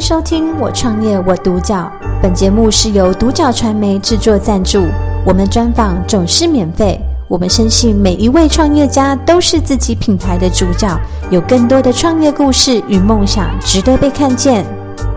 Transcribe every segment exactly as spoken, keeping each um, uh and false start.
收听我创业我独角，本节目是由独角传媒制作赞助，我们专访总是免费。我们深信每一位创业家都是自己品牌的主角，有更多的创业故事与梦想值得被看见。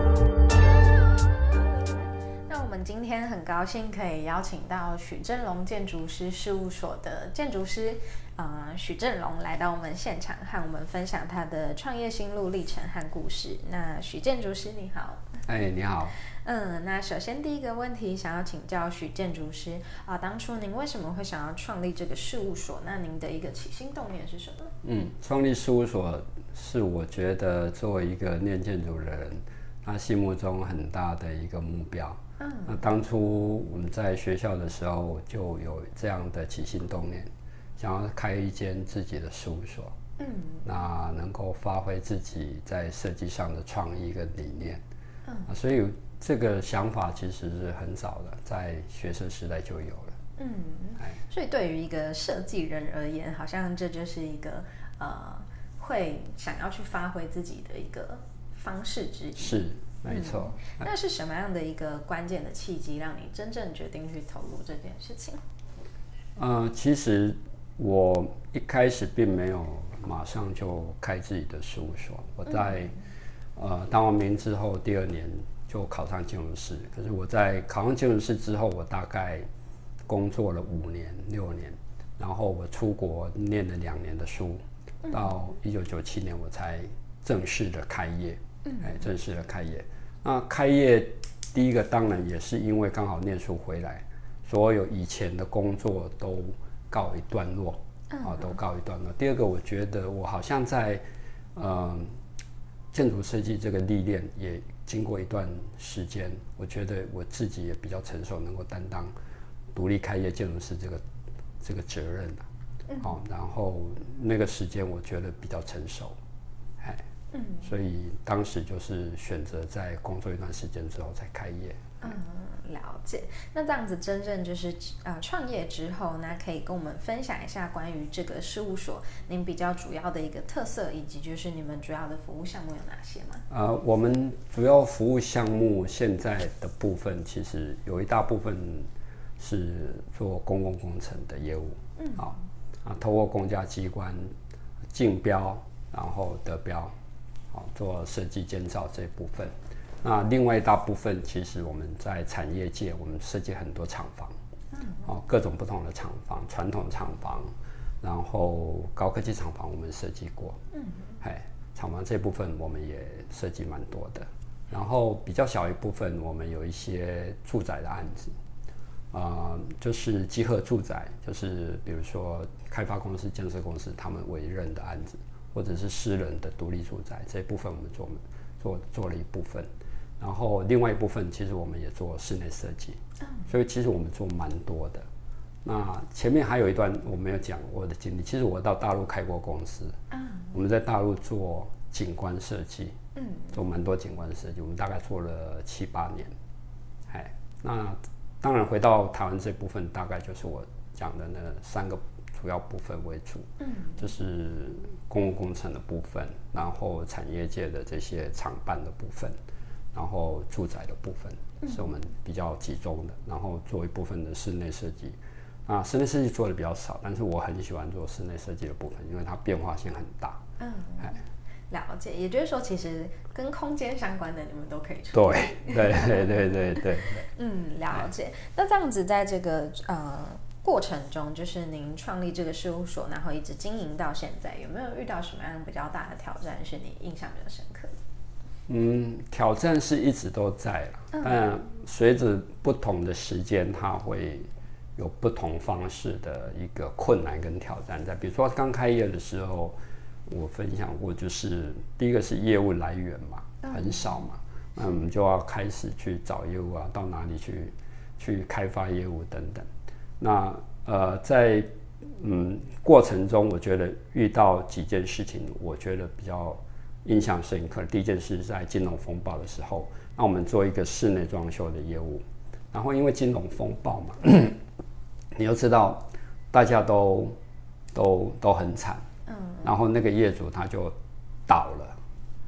那我们今天很高兴可以邀请到许正龙建筑师事务所的建筑师呃，许正龙来到我们现场，和我们分享他的创业心路历程和故事。那许建筑师你好。 哎，你好。 嗯，那首先第一个问题想要请教许建筑师啊，当初您为什么会想要创立这个事务所？那您的一个起心动念是什么？ 嗯，创立事务所是我觉得作为一个念建筑的人，他心目中很大的一个目标。嗯，那当初我们在学校的时候就有这样的起心动念，想要开一间自己的事务所。嗯，那能够发挥自己在设计上的创意跟理念。嗯，啊、所以这个想法其实是很早的，在学生时代就有了。 嗯，所以对于一个设计人而言，好像这就是一个呃，会想要去发挥自己的一个方式之一。 是，没错。 嗯、那是什么样的一个关键的契机，让你真正决定去投入这件事情？ 呃，其实我一开始并没有马上就开自己的事务所，我在、嗯。呃，当完兵之后，第二年就考上建筑师。可是我在考上建筑师之后，我大概工作了五年、六年，然后我出国念了两年的书，到一九九七年我才正式的开业。哎，正式的开业。那开业第一个当然也是因为刚好念书回来，所有以前的工作都告一段落，啊，都告一段落。第二个，我觉得我好像在，呃。建筑设计这个历练也经过一段时间，我觉得我自己也比较成熟，能够担当独立开业建筑师这个这个责任了、嗯哦。然后那个时间我觉得比较成熟，哎，嗯，所以当时就是选择在工作一段时间之后才开业。 嗯，了解。那这样子真正就是呃创业之后，那可以跟我们分享一下关于这个事务所您比较主要的一个特色，以及就是你们主要的服务项目有哪些吗？ 呃，我们主要服务项目现在的部分，其实有一大部分是做公共工程的业务，嗯，好啊，透过公家机关竞标，然后得标，好做设计建造这一部分。那另外一大部分，其实我们在产业界，我们设计很多厂房，嗯，哦，各种不同的厂房，传统厂房，然后高科技厂房我们设计过，嗯，哎，厂房这部分我们也设计蛮多的。然后比较小一部分，我们有一些住宅的案子，呃，就是集合住宅，就是比如说开发公司、建设公司他们委任的案子，或者是私人的独立住宅，这一部分我们做做做了一部分。然后另外一部分，其实我们也做室内设计，所以其实我们做蛮多的。那前面还有一段我没有讲我的经历，其实我到大陆开过公司，我们在大陆做景观设计，做蛮多景观设计，我们大概做了七八年。哎，那当然回到台湾这部分，大概就是我讲的那三个主要部分为主，就是公共工程的部分，然后产业界的这些厂办的部分。然后住宅的部分是我们比较集中的，然后做一部分的室内设计。啊，室内设计做的比较少，但是我很喜欢做室内设计的部分，因为它变化性很大。嗯， 了解。也就是说，其实跟空间相关的你们都可以处理。对，对，对，对，对，对。 嗯，了解。那这样子，在这个呃过程中，就是您创立这个事务所，然后一直经营到现在，有没有遇到什么样比较大的挑战，是你印象比较深刻的？ 嗯，挑战是一直都在了，嗯、但随着不同的时间，它会有不同方式的一个困难跟挑战在。比如说刚开业的时候，我分享过，就是第一个是业务来源嘛，很少嘛，那我们就要开始去找业务啊，到哪里去去开发业务等等。那呃，在嗯过程中，我觉得遇到几件事情，我觉得比较印象深刻。第一件事是在金融风暴的时候，那我们做一个室内装修的业务，然后因为金融风暴嘛，你又知道大家都都都很惨，嗯，然后那个业主他就倒了，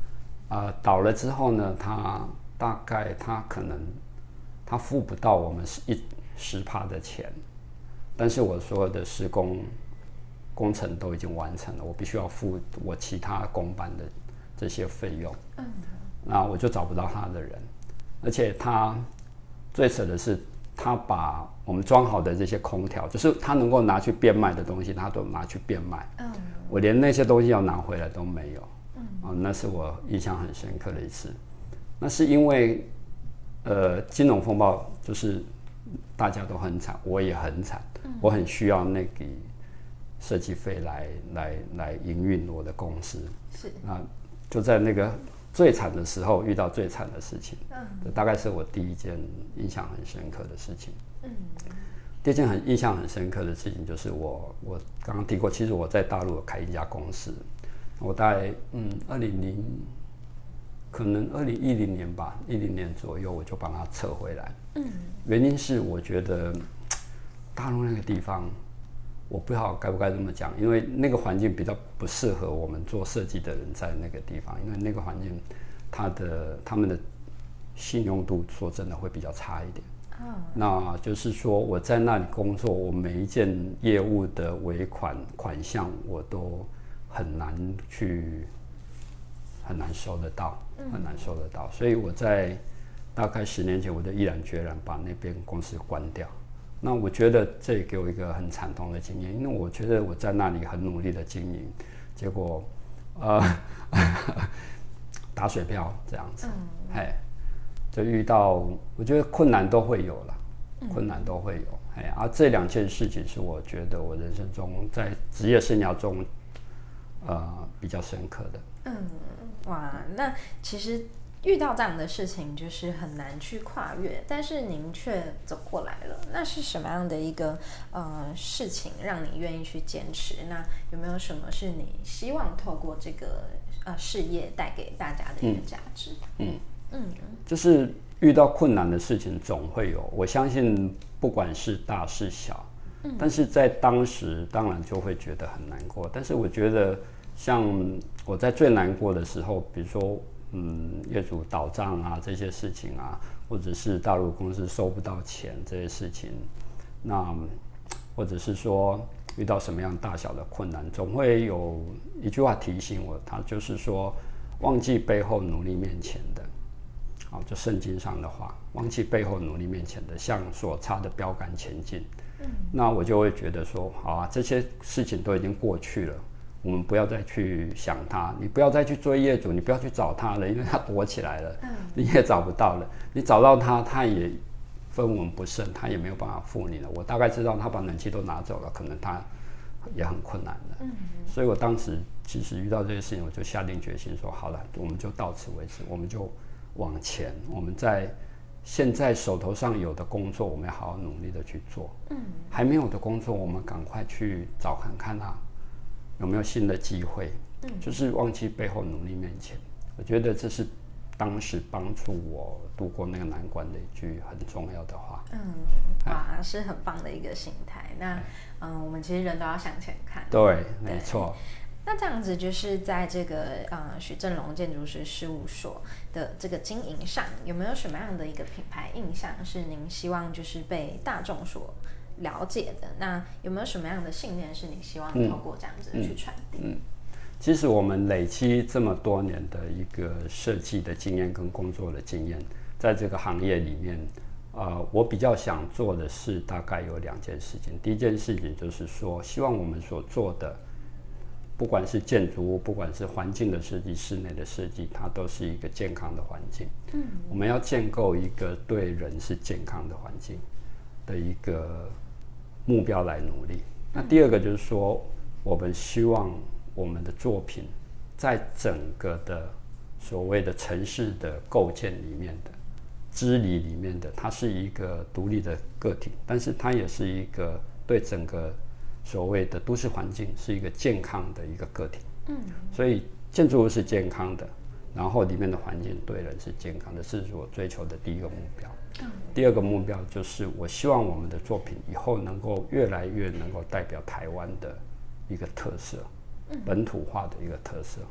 呃，倒了之后呢，他大概他可能他付不到我们一十趴的钱，但是我所有的施工工程都已经完成了，我必须要付我其他工班的这些费用。嗯，那我就找不到他的人，而且他最扯的是，他把我们装好的这些空调，就是他能够拿去变卖的东西，他都拿去变卖。嗯，我连那些东西要拿回来都没有。嗯，哦，那是我印象很深刻的一次。那是因为，呃，金融风暴就是大家都很惨，我也很惨，嗯、我很需要那笔设计费来来来营运我的公司。是啊，就在那个最惨的时候遇到最惨的事情。嗯，这大概是我第一件印象很深刻的事情。嗯，第二件很印象很深刻的事情就是我我刚刚提过，其实我在大陆有开一家公司，我大概嗯二零零可能二零一零年吧，一零年左右我就把它撤回来。嗯，原因是我觉得大陆那个地方，我不知道该不该这么讲，因为那个环境比较不适合我们做设计的人在那个地方，因为那个环境，它的他们的信用度说真的会比较差一点。哦，那就是说我在那里工作，我每一件业务的尾款款项我都很难去很难收得到，很难收得到，所以我在大概十年前我就毅然决然把那边公司关掉。那我觉得这也给我一个很惨痛的经验，因为我觉得我在那里很努力的经营，结果呃打水漂这样子，嗯，嘿，就遇到我觉得困难都会有啦，困难都会有，嘿，而、啊、这两件事情是我觉得我人生中在职业生涯中呃比较深刻的。 嗯，哇，那其实遇到这样的事情就是很难去跨越，但是您却走过来了。那是什么样的一个呃事情让你愿意去坚持？那有没有什么是你希望透过这个呃事业带给大家的一个价值？嗯 嗯, 嗯， 就是遇到困难的事情总会有，我相信不管是大是小，嗯，但是在当时当然就会觉得很难过。但是我觉得像我在最难过的时候，比如说嗯，业主倒账啊，这些事情啊，或者是大陆公司收不到钱这些事情，那或者是说遇到什么样大小的困难，总会有一句话提醒我，他就是说，忘记背后努力面前的，好，就圣经上的话，忘记背后努力面前的，向所插的标杆前进。嗯，那我就会觉得说，好啊，这些事情都已经过去了。我们不要再去想他，你不要再去追业主，你不要去找他了，因为他躲起来了，嗯，你也找不到了。你找到他，他也分文不剩，他也没有办法付你了。我大概知道他把冷气都拿走了，可能他也很困难的。嗯，所以我当时其实遇到这些事情，我就下定决心说，好了，我们就到此为止，我们就往前，我们在现在手头上有的工作，我们要好好努力的去做。嗯，还没有的工作，我们赶快去找看看啊。有没有新的机会？嗯，就是忘记背后努力面前，我觉得这是当时帮助我度过那个难关的一句很重要的话。 嗯，哇，是很棒的一个心态。那嗯，我们其实人都要向前看。 对，没错。 那这样子就是在这个呃许正龙建筑师事务所的这个经营上，有没有什么样的一个品牌印象是您希望就是被大众所了解的？那有没有什么样的信念是你希望透过这样子去传递？嗯，嗯嗯其实我们累积这么多年的一个设计的经验跟工作的经验，在这个行业里面，呃，我比较想做的是大概有两件事情。第一件事情就是说，希望我们所做的，不管是建筑物，不管是环境的设计、室内的设计，它都是一个健康的环境。嗯，我们要建构一个对人是健康的环境的一个目标来努力。那第二个就是说，我们希望我们的作品在整个的所谓的城市的构建里面的支理里面的，它是一个独立的个体，但是它也是一个对整个所谓的都市环境是一个健康的一个个体。嗯，所以建筑物是健康的，然后里面的环境对人是健康的，是我追求的第一个目标。嗯，第二个目标就是我希望我们的作品以后能够越来越能够代表台湾的一个特色，嗯，本土化的一个特色。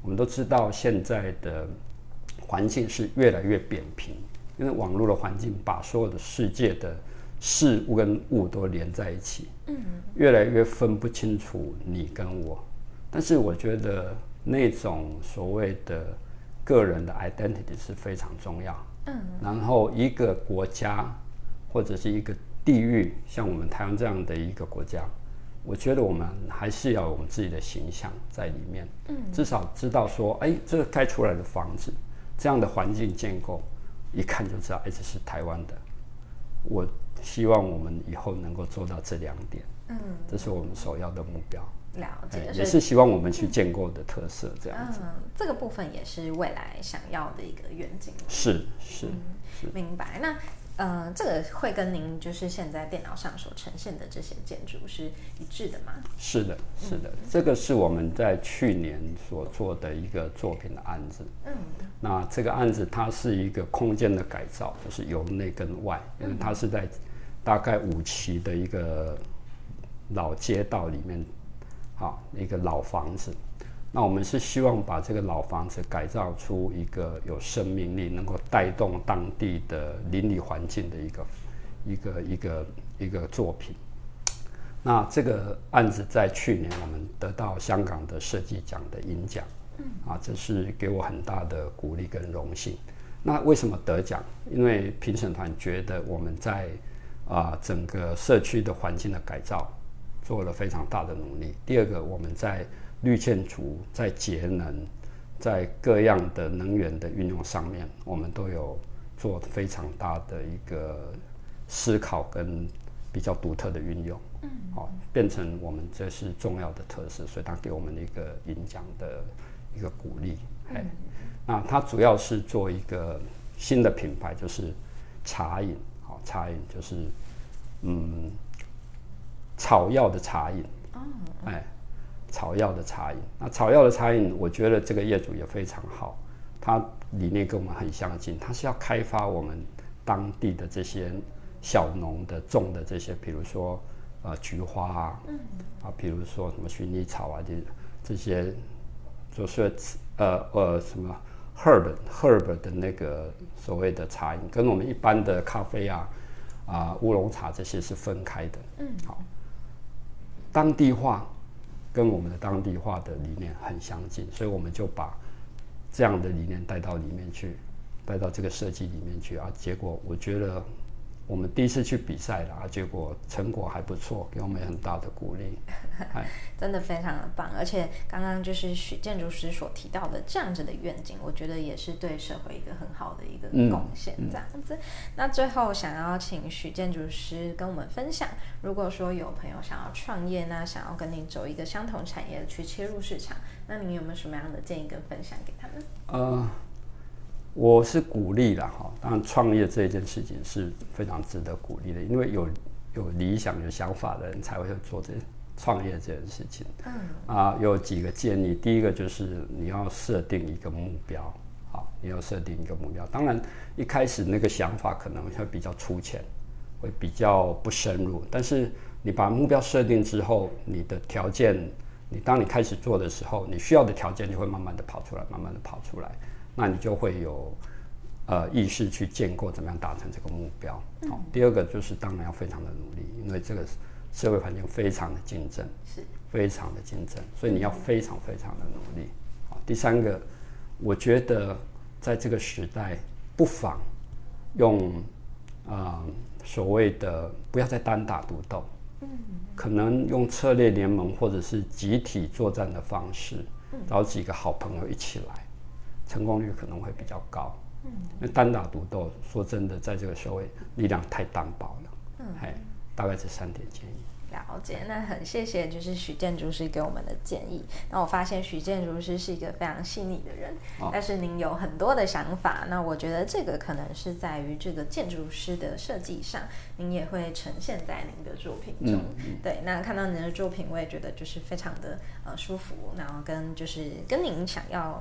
我们都知道现在的环境是越来越扁平，因为网络的环境把所有的世界的事物跟物都连在一起，嗯，越来越分不清楚你跟我。但是我觉得那种所谓的个人的 identity 是非常重要，嗯，然后一个国家或者是一个地域，像我们台湾这样的一个国家，我觉得我们还是要有我们自己的形象在里面，嗯，至少知道说，哎，这个盖出来的房子，这样的环境建构，一看就知道，哎，这是台湾的。我希望我们以后能够做到这两点，嗯，这是我们首要的目标。 了解， 也是希望我们去建构的特色，这样子。 嗯，这个部分也是未来想要的一个愿景。 是是、嗯、是， 明白。那呃，这个会跟您就是现在电脑上所呈现的这些建筑是一致的吗？ 是的，是的，嗯、这个是我们在去年所做的一个作品的案子。嗯，那这个案子它是一个空间的改造，就是由内跟外，因为它是在大概五期的一个老街道里面。好，一个老房子，那我们是希望把这个老房子改造出一个有生命力，能够带动当地的邻里环境的一个一个一个一个作品。那这个案子在去年我们得到香港的设计奖的银奖，啊，这是给我很大的鼓励跟荣幸。那为什么得奖？因为评审团觉得我们在啊整个社区的环境的改造做了非常大的努力。第二个，我们在绿建筑、在节能、在各样的能源的运用上面，我们都有做非常大的一个思考跟比较独特的运用，嗯，好，变成我们这是重要的特色，所以他给我们一个银奖的一个鼓励。嗯，那它主要是做一个新的品牌，就是茶饮，好，茶饮就是嗯。草药的茶饮，哦，哎，草药的茶饮。那草药的茶饮，我觉得这个业主也非常好，他理念跟我们很相近，他是要开发我们当地的这些小农的种的这些，比如说呃菊花啊，嗯，啊，比如说什么薰衣草啊，这这些就是呃呃什么 herb herb 的那个所谓的茶饮，跟我们一般的咖啡啊啊、呃、乌龙茶这些是分开的，嗯，好。当地化跟我们的当地化的理念很相近，所以我们就把这样的理念带到里面去，带到这个设计里面去啊。结果我觉得我们第一次去比赛了啊，结果成果还不错，给我们很大的鼓励。 真的非常的棒，而且刚刚就是许建筑师所提到的这样子的愿景，我觉得也是对社会一个很好的一个贡献，这样子。嗯嗯、那最后想要请许建筑师跟我们分享，如果说有朋友想要创业呢，想要跟你走一个相同产业去切入市场，那您有没有什么样的建议跟分享给他们？ 呃，我是鼓励啦哈，当然创业这件事情是非常值得鼓励的，因为有有理想、有想法的人才会做这创业这件事情。嗯啊，有几个建议，第一个就是你要设定一个目标，好，你要设定一个目标。当然一开始那个想法可能会比较粗浅，会比较不深入，但是你把目标设定之后，你的条件，你当你开始做的时候，你需要的条件就会慢慢的跑出来，慢慢的跑出来。那你就会有呃意识去建构怎么样达成这个目标。好，第二个就是当然要非常的努力，因为这个社会环境非常的竞争，是非常的竞争，所以你要非常非常的努力。好，第三个，我觉得在这个时代，不妨用呃所谓的不要再单打独斗，嗯，可能用策略联盟或者是集体作战的方式，找几个好朋友一起来。成功率可能会比较高，嗯，因为单打独斗，说真的，在这个社会力量太单薄了，嗯，大概这三点建议。 了解，那很谢谢就是许建筑师给我们的建议。那我发现许建筑师是一个非常细腻的人，哦、但是您有很多的想法。那我觉得这个可能是在于这个建筑师的设计上，您也会呈现在您的作品中。嗯嗯、对，那看到您的作品，我也觉得就是非常的呃舒服，然后跟就是跟您想要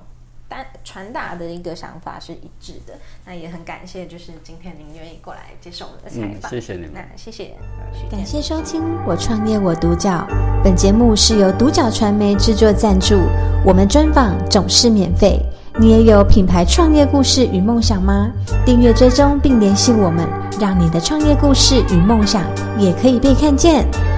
传达的一个想法是一致的。那也很感谢，就是今天您愿意过来接受我们的采访、 嗯，谢谢你们。 那谢谢， 感谢收听《我创业我独角》。本节目是由独角传媒制作赞助，我们专访总是免费。你也有品牌创业故事与梦想吗？订阅追踪并联系我们，让你的创业故事与梦想也可以被看见。